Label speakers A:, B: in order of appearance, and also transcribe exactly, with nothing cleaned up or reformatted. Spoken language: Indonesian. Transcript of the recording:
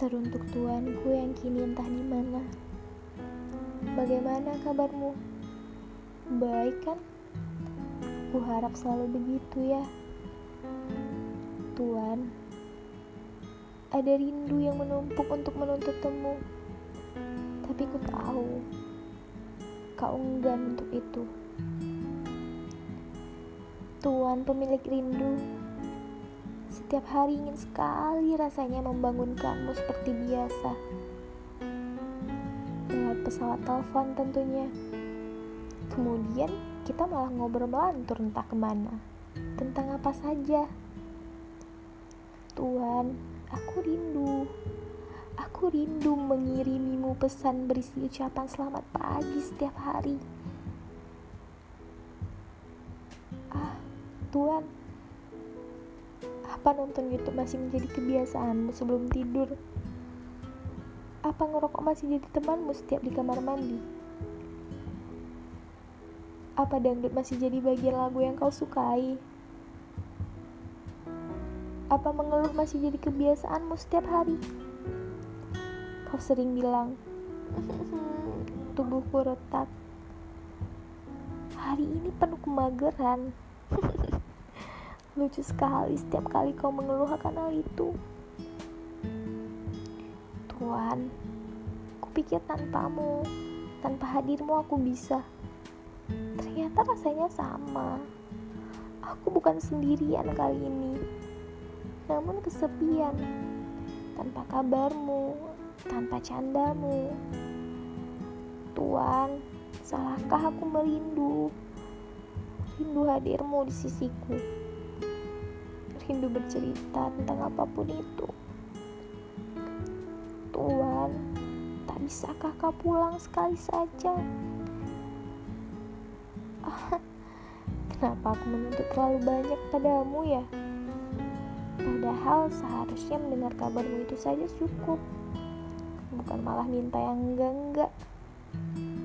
A: Teruntuk tuanku yang kini entah di mana. Bagaimana kabarmu? Baik kan? Ku harap selalu begitu ya. Tuan, ada rindu yang menumpuk untuk menuntut temu. Tapi ku tahu kau enggan untuk itu. Tuan pemilik rindu, setiap hari ingin sekali rasanya membangunkanmu seperti biasa. Lewat pesawat telepon tentunya. Kemudian kita malah ngobrol melantur entah kemana. Tentang apa saja. Tuan, aku rindu. Aku rindu mengirimimu pesan berisi ucapan selamat pagi setiap hari. Ah, Tuan, apa nonton YouTube masih menjadi kebiasaanmu sebelum tidur? Apa ngerokok masih jadi temanmu setiap di kamar mandi? Apa dangdut masih jadi bagian lagu yang kau sukai? Apa mengeluh masih jadi kebiasaanmu setiap hari? Kau sering bilang, tubuhku retak. Hari ini penuh kemageran. Lucu sekali setiap kali kau mengeluh akan hal itu. Tuan, kupikir tanpamu, tanpa hadirmu aku bisa. Ternyata rasanya sama. Aku bukan sendirian kali ini, namun kesepian. Tanpa kabarmu, tanpa candamu. Tuan, salahkah aku merindu? Rindu hadirmu di sisiku. Rindu bercerita tentang apapun itu. Tuan, tak bisakah kau pulang sekali saja? Ah, kenapa aku menuntut terlalu banyak padamu ya? Padahal seharusnya mendengar kabarmu itu saja cukup. Bukan malah minta yang enggak-enggak.